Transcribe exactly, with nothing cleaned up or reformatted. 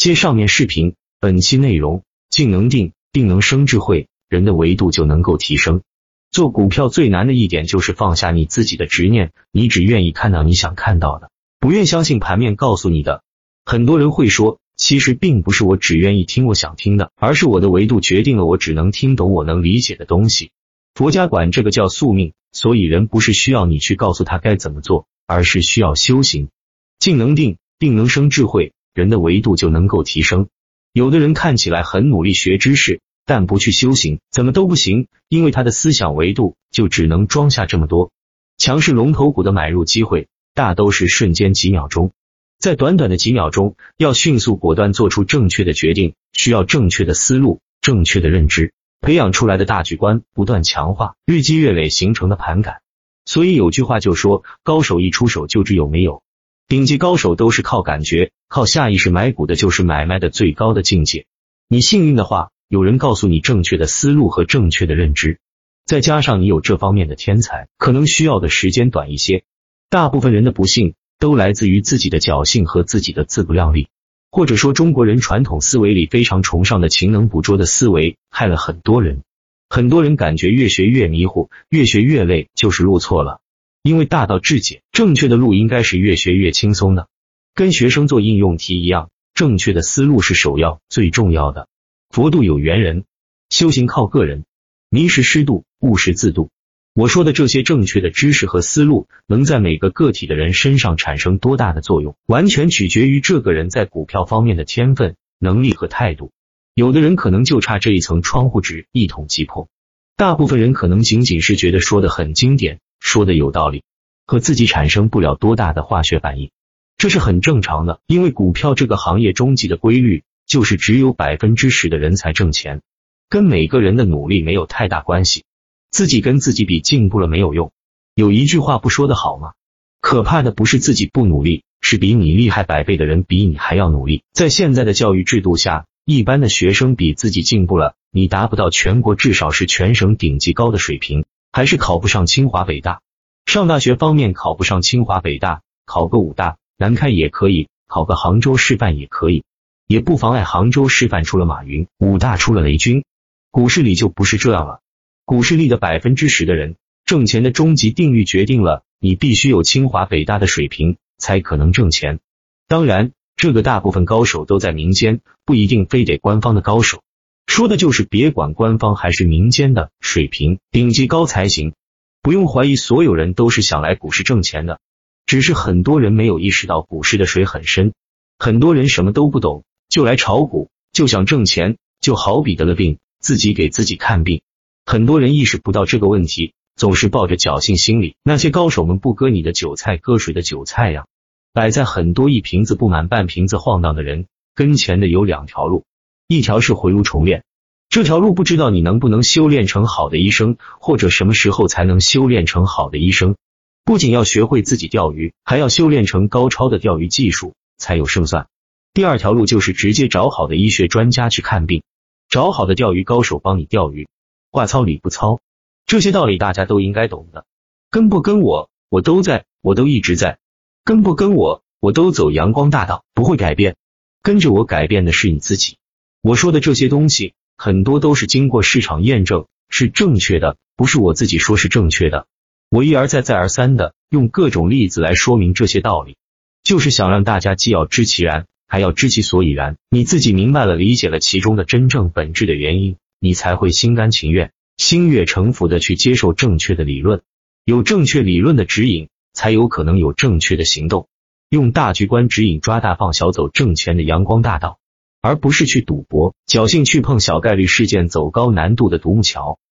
接上面视频，本期内容，静能定，定能生智慧，人的维度就能够提升。做股票最难的一点就是放下你自己的执念，你只愿意看到你想看到的，不愿相信盘面告诉你的。很多人会说，其实并不是我只愿意听我想听的，而是我的维度决定了我只能听懂我能理解的东西。佛家管这个叫宿命，所以人不是需要你去告诉他该怎么做，而是需要修行。静能定，定能生智慧，人的维度就能够提升。有的人看起来很努力学知识，但不去修行，怎么都不行，因为他的思想维度就只能装下这么多。强势龙头股的买入机会，大都是瞬间几秒钟。在短短的几秒钟，要迅速果断做出正确的决定，需要正确的思路，正确的认知，培养出来的大局观不断强化，日积月累形成的盘感。所以有句话就说，高手一出手就知有没有。顶级高手都是靠感觉，靠下意识买股的就是买卖的最高的境界。你幸运的话，有人告诉你正确的思路和正确的认知，再加上你有这方面的天才，可能需要的时间短一些。大部分人的不幸都来自于自己的侥幸和自己的自不量力，或者说中国人传统思维里非常崇尚的勤能补拙的思维，害了很多人。很多人感觉越学越迷糊，越学越累，就是路错了。因为大道至简，正确的路应该是越学越轻松的。跟学生做应用题一样，正确的思路是首要最重要的。佛度有缘人，修行靠个人，迷时师度，悟时自度。我说的这些正确的知识和思路，能在每个个体的人身上产生多大的作用，完全取决于这个人在股票方面的天分、能力和态度。有的人可能就差这一层窗户纸，一捅即破。大部分人可能仅仅是觉得说的很经典，说的有道理，和自己产生不了多大的化学反应。这是很正常的，因为股票这个行业终极的规律就是只有百分之十的人才挣钱，跟每个人的努力没有太大关系。自己跟自己比进步了没有用。有一句话不说得好吗？可怕的不是自己不努力，是比你厉害百倍的人比你还要努力。在现在的教育制度下，一般的学生比自己进步了，你达不到全国至少是全省顶级高的水平，还是考不上清华北大。上大学方面考不上清华北大，考个武大、南开也可以，考个杭州师范也可以，也不妨碍杭州师范出了马云，武大出了雷军。股市里就不是这样了。股市里的百分之十的人，挣钱的终极定律决定了你必须有清华北大的水平才可能挣钱。当然，这个大部分高手都在民间，不一定非得官方的高手。说的就是别管官方还是民间的水平，顶级高才行。不用怀疑所有人都是想来股市挣钱的，只是很多人没有意识到股市的水很深。很多人什么都不懂，就来炒股，就想挣钱，就好比得了病，自己给自己看病。很多人意识不到这个问题，总是抱着侥幸心理。那些高手们不割你的韭菜，割谁的韭菜呀？摆在很多一瓶子不满半瓶子晃荡的人跟前的有两条路，一条是回炉重炼。这条路不知道你能不能修炼成好的医生，或者什么时候才能修炼成好的医生。不仅要学会自己钓鱼，还要修炼成高超的钓鱼技术，才有胜算。第二条路就是直接找好的医学专家去看病，找好的钓鱼高手帮你钓鱼。话糙理不糙，这些道理大家都应该懂的。跟不跟我，我都在，我都一直在。跟不跟我，我都走阳光大道，不会改变。跟着我改变的是你自己。我说的这些东西，很多都是经过市场验证，是正确的，不是我自己说是正确的。我一而再再而三的用各种例子来说明这些道理，就是想让大家既要知其然，还要知其所以然。你自己明白了，理解了其中的真正本质的原因，你才会心甘情愿、心悦诚服的去接受正确的理论。有正确理论的指引，才有可能有正确的行动。用大局观指引抓大放小，走挣钱的阳光大道，而不是去赌博、侥幸去碰小概率事件，走高难度的独木桥。